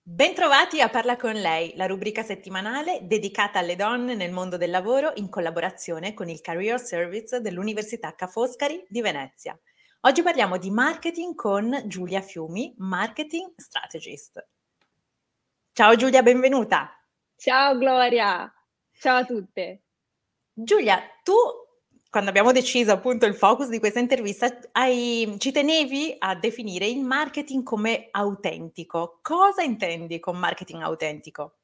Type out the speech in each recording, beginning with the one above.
Bentrovati a Parla con lei, la rubrica settimanale dedicata alle donne nel mondo del lavoro in collaborazione con il Career Service dell'Università Ca' Foscari di Venezia. Oggi parliamo di marketing con Giulia Fiumi, Marketing Strategist. Ciao Giulia, benvenuta. Ciao Gloria, ciao a tutte. Giulia, tu quando abbiamo deciso appunto il focus di questa intervista ci tenevi a definire il marketing come autentico. Cosa intendi con marketing autentico?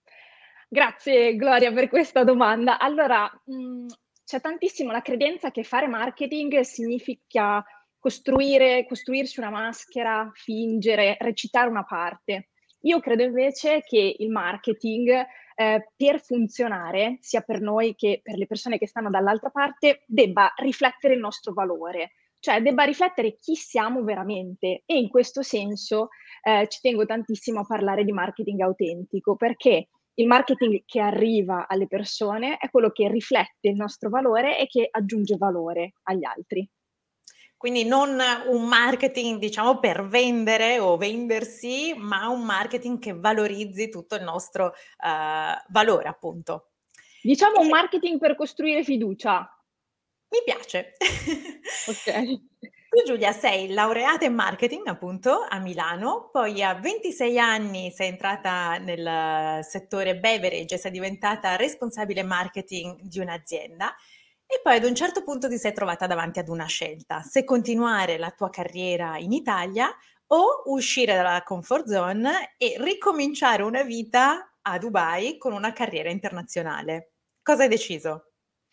Grazie Gloria per questa domanda. Allora, c'è tantissimo la credenza che fare marketing significa costruirsi una maschera, fingere, recitare una parte. Io credo invece che il marketing, per funzionare, sia per noi che per le persone che stanno dall'altra parte, debba riflettere il nostro valore, cioè debba riflettere chi siamo veramente e in questo senso, ci tengo tantissimo a parlare di marketing autentico, perché il marketing che arriva alle persone è quello che riflette il nostro valore e che aggiunge valore agli altri. Quindi non un marketing, diciamo, per vendere o vendersi, ma un marketing che valorizzi tutto il nostro, valore appunto. Diciamo un E marketing per costruire fiducia. mi piace. Okay. Tu Giulia sei laureata in marketing appunto a Milano, poi a 26 anni sei entrata nel settore beverage e sei diventata responsabile marketing di un'azienda e poi ad un certo punto ti sei trovata davanti ad una scelta, se continuare la tua carriera in Italia o uscire dalla comfort zone e ricominciare una vita a Dubai con una carriera internazionale. Cosa hai deciso?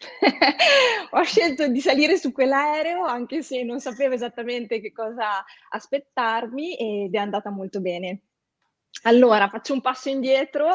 Ho scelto di salire su quell'aereo, anche se non sapevo esattamente che cosa aspettarmi ed è andata molto bene. Allora, faccio un passo indietro,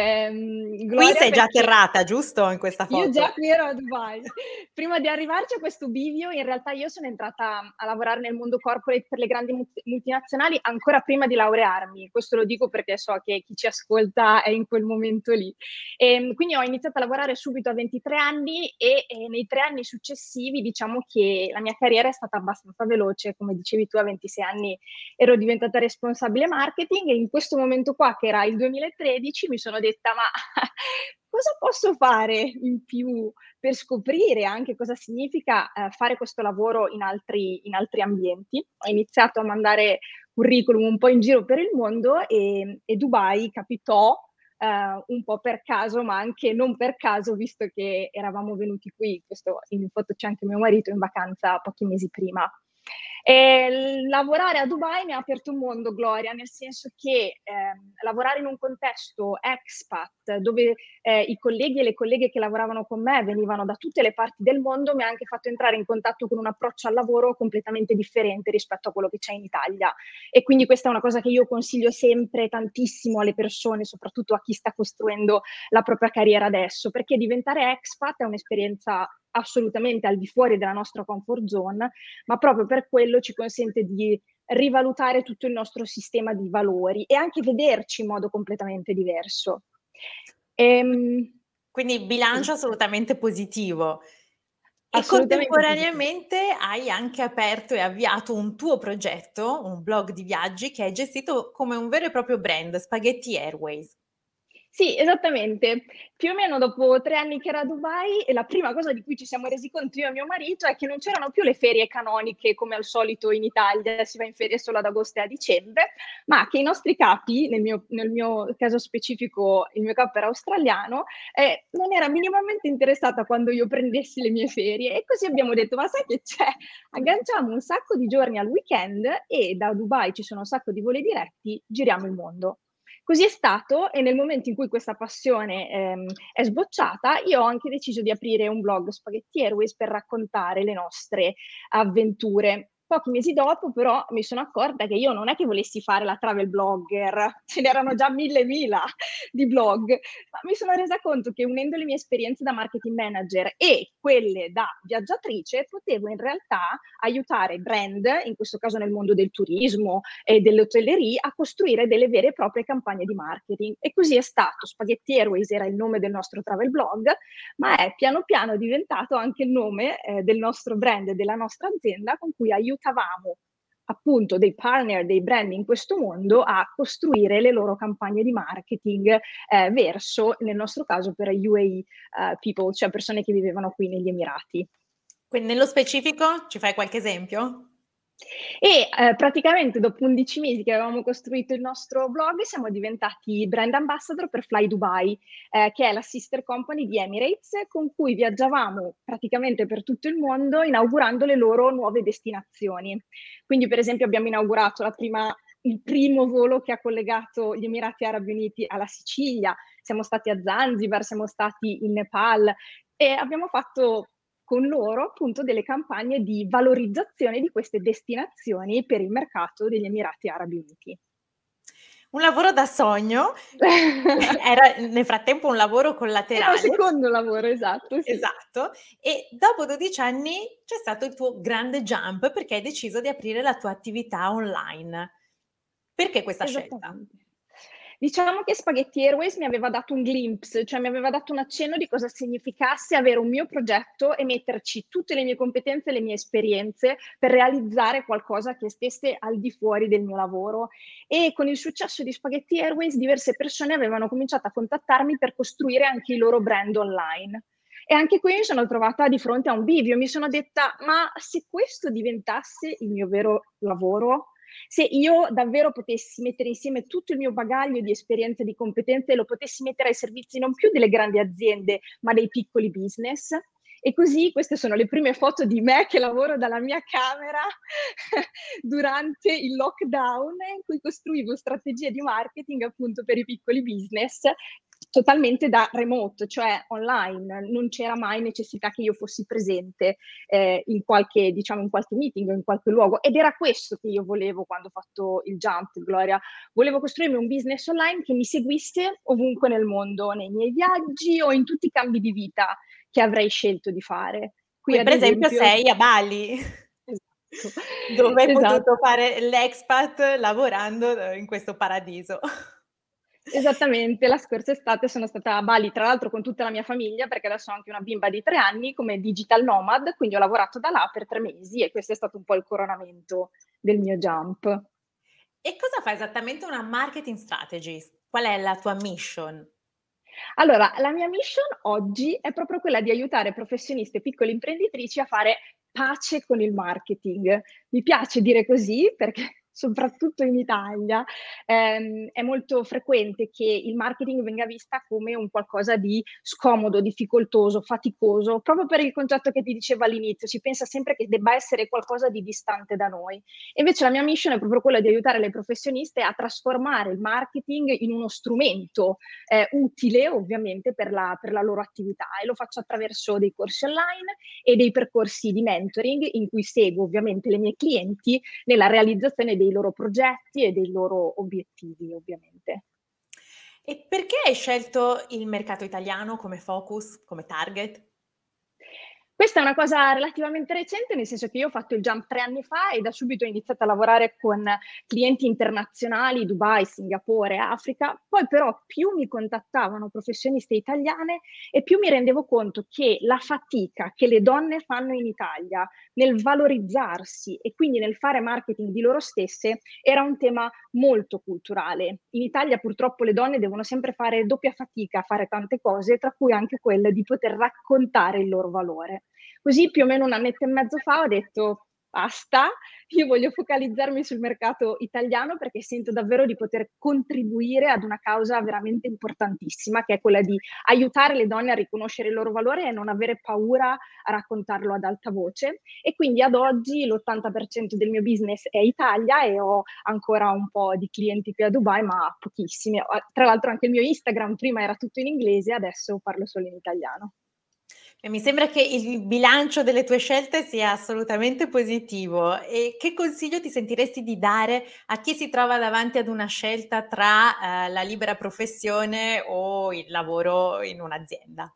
Qui Gloria, sei già perché atterrata, giusto, in questa io già foto? qui ero a Dubai. Prima di arrivarci a questo bivio, in realtà io sono entrata a lavorare nel mondo corporate per le grandi multinazionali ancora prima di laurearmi. Questo lo dico perché so che chi ci ascolta è in quel momento lì. Quindi ho iniziato a lavorare subito a 23 anni e nei 3 anni successivi diciamo che la mia carriera è stata abbastanza veloce. Come dicevi tu, a 26 anni ero diventata responsabile marketing e in questo momento qua, che era il 2013, mi sono detta: "Ma cosa posso fare in più per scoprire anche cosa significa, fare questo lavoro in altri ambienti?" Ho iniziato a mandare curriculum un po' in giro per il mondo, e Dubai capitò, un po' per caso, ma anche non per caso, visto che eravamo venuti qui, questo in foto c'è anche mio marito, in vacanza pochi mesi prima. Lavorare a Dubai mi ha aperto un mondo, Gloria, nel senso che, lavorare in un contesto expat, dove, i colleghi e le colleghe che lavoravano con me venivano da tutte le parti del mondo, mi ha anche fatto entrare in contatto con un approccio al lavoro completamente differente rispetto a quello che c'è in Italia. E quindi questa è una cosa che io consiglio sempre tantissimo alle persone, soprattutto a chi sta costruendo la propria carriera adesso, perché diventare expat è un'esperienza assolutamente al di fuori della nostra comfort zone, ma proprio per quello ci consente di rivalutare tutto il nostro sistema di valori e anche vederci in modo completamente diverso. Ehm, Quindi sì, bilancio assolutamente positivo. E assolutamente positivo. contemporaneamente hai anche aperto e avviato un tuo progetto, un blog di viaggi che è gestito come un vero e proprio brand, Spaghetti Airways. Sì, esattamente. Più o meno dopo 3 anni che ero a Dubai, e la prima cosa di cui ci siamo resi conto io e mio marito è che non c'erano più le ferie canoniche come al solito in Italia, si va in ferie solo ad agosto e a dicembre, ma che i nostri capi, nel mio caso specifico il mio capo era australiano, non era minimamente interessato a quando io prendessi le mie ferie e così abbiamo detto: "Ma sai che c'è? Agganciamo un sacco di giorni al weekend e da Dubai ci sono un sacco di voli diretti, giriamo il mondo." Così è stato e nel momento in cui questa passione, è sbocciata, io ho anche deciso di aprire un blog, Spaghetti Airways, per raccontare le nostre avventure. Pochi mesi dopo però mi sono accorta che io non è che volessi fare la travel blogger, ce n'erano già mille e mila di blog, ma mi sono resa conto che unendo le mie esperienze da marketing manager e quelle da viaggiatrice, potevo in realtà aiutare brand, in questo caso nel mondo del turismo e dell'hotellerie, a costruire delle vere e proprie campagne di marketing. E così è stato. Spaghetti Airways era il nome del nostro travel blog, ma è piano piano diventato anche il nome del nostro brand e della nostra azienda con cui aiutavamo appunto dei partner, dei brand in questo mondo a costruire le loro campagne di marketing verso, nel nostro caso, per UAE people, cioè persone che vivevano qui negli Emirati. Quindi nello specifico ci fai qualche esempio? E praticamente dopo 11 mesi che avevamo costruito il nostro blog siamo diventati brand ambassador per Fly Dubai, che è la sister company di Emirates, con cui viaggiavamo praticamente per tutto il mondo inaugurando le loro nuove destinazioni. Quindi per esempio abbiamo inaugurato il primo volo che ha collegato gli Emirati Arabi Uniti alla Sicilia, siamo stati a Zanzibar, siamo stati in Nepal e abbiamo fatto con loro appunto delle campagne di valorizzazione di queste destinazioni per il mercato degli Emirati Arabi Uniti. Un lavoro da sogno, era nel frattempo un lavoro Era un collaterale. secondo lavoro, esatto, sì. Esatto, e dopo 12 anni c'è stato il tuo grande jump perché hai deciso di aprire la tua attività online. Perché questa scelta? Esattamente. Diciamo che Spaghetti Airways mi aveva dato un glimpse, cioè mi aveva dato un accenno di cosa significasse avere un mio progetto e metterci tutte le mie competenze e le mie esperienze per realizzare qualcosa che stesse al di fuori del mio lavoro. E con il successo di Spaghetti Airways diverse persone avevano cominciato a contattarmi per costruire anche i loro brand online. E anche qui mi sono trovata di fronte a un bivio, mi sono detta, ma se questo diventasse il mio vero lavoro, se io davvero potessi mettere insieme tutto il mio bagaglio di esperienze e di competenze e lo potessi mettere ai servizi non più delle grandi aziende, ma dei piccoli business. E così queste sono le prime foto di me che lavoro dalla mia camera durante il lockdown in cui costruivo strategie di marketing appunto per i piccoli business totalmente da remote, cioè online, non c'era mai necessità che io fossi presente in qualche, diciamo, in qualche meeting o in qualche luogo. Ed era questo che io volevo quando ho fatto il jump, Gloria. Volevo costruirmi un business online che mi seguisse ovunque nel mondo, nei miei viaggi o in tutti i cambi di vita che avrei scelto di fare. Qui, Qui ad per esempio esempio, sei a Bali, esatto, dove hai esatto. potuto fare l'expat lavorando, in questo paradiso. Esattamente, la scorsa estate sono stata a Bali, tra l'altro con tutta la mia famiglia, perché adesso ho anche una bimba di 3 anni come digital nomad, quindi ho lavorato da là per 3 mesi e questo è stato un po' il coronamento del mio jump. E cosa fa esattamente una marketing strategist? Qual è la tua mission? Allora, la mia mission oggi è proprio quella di aiutare professionisti e piccole imprenditrici a fare pace con il marketing. Mi piace dire così perché soprattutto in Italia è molto frequente che il marketing venga vista come un qualcosa di scomodo, difficoltoso, faticoso, proprio per il concetto che ti dicevo all'inizio, si pensa sempre che debba essere qualcosa di distante da noi. E invece la mia mission è proprio quella di aiutare le professioniste a trasformare il marketing in uno strumento utile ovviamente per la loro attività e lo faccio attraverso dei corsi online e dei percorsi di mentoring in cui seguo ovviamente le mie clienti nella realizzazione dei loro progetti e dei loro obiettivi ovviamente. E perché hai scelto il mercato italiano come focus, come target? Questa è una cosa relativamente recente, nel senso che io ho fatto il jump 3 anni fa e da subito ho iniziato a lavorare con clienti internazionali, Dubai, Singapore, Africa. Poi però più mi contattavano professioniste italiane e più mi rendevo conto che la fatica che le donne fanno in Italia nel valorizzarsi e quindi nel fare marketing di loro stesse era un tema molto culturale. In Italia purtroppo le donne devono sempre fare doppia fatica a fare tante cose, tra cui anche quella di poter raccontare il loro valore. Così più o meno 1 annetto e mezzo fa ho detto: "Basta, io voglio focalizzarmi sul mercato italiano perché sento davvero di poter contribuire ad una causa veramente importantissima, che è quella di aiutare le donne a riconoscere il loro valore e a non avere paura a raccontarlo ad alta voce". E quindi ad oggi l'80% del mio business è Italia e ho ancora un po' di clienti qui a Dubai, ma pochissimi. Tra l'altro anche il mio Instagram prima era tutto in inglese, adesso parlo solo in italiano. E mi sembra che il bilancio delle tue scelte sia assolutamente positivo. E che consiglio ti sentiresti di dare a chi si trova davanti ad una scelta tra, la libera professione o il lavoro in un'azienda?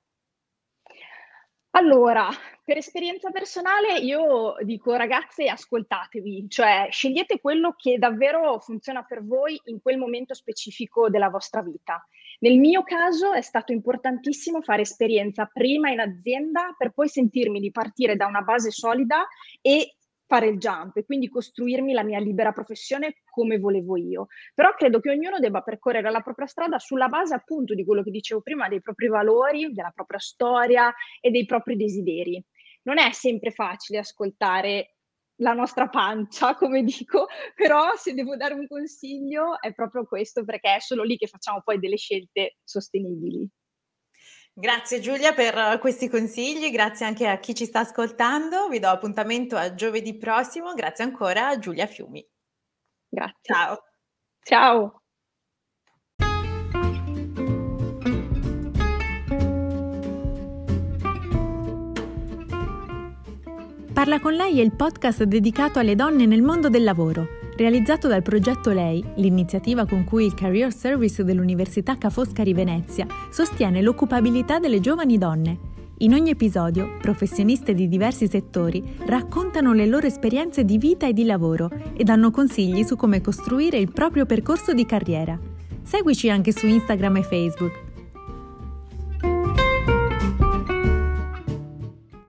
Allora, per esperienza personale io dico: ragazze ascoltatevi, cioè scegliete quello che davvero funziona per voi in quel momento specifico della vostra vita. Nel mio caso è stato importantissimo fare esperienza prima in azienda per poi sentirmi di partire da una base solida e fare il jump e quindi costruirmi la mia libera professione come volevo io. Però credo che ognuno debba percorrere la propria strada sulla base appunto di quello che dicevo prima, dei propri valori, della propria storia e dei propri desideri. Non è sempre facile ascoltare la nostra pancia, come dico, però se devo dare un consiglio è proprio questo, perché è solo lì che facciamo poi delle scelte sostenibili. Grazie Giulia per questi consigli, grazie anche a chi ci sta ascoltando. Vi do appuntamento a giovedì prossimo. Grazie ancora a Giulia Fiumi. Grazie. Ciao. Ciao. Parla con lei è il podcast dedicato alle donne nel mondo del lavoro, realizzato dal progetto Lei, l'iniziativa con cui il Career Service dell'Università Ca' Foscari Venezia sostiene l'occupabilità delle giovani donne. In ogni episodio, professioniste di diversi settori raccontano le loro esperienze di vita e di lavoro e danno consigli su come costruire il proprio percorso di carriera. Seguici anche su Instagram e Facebook.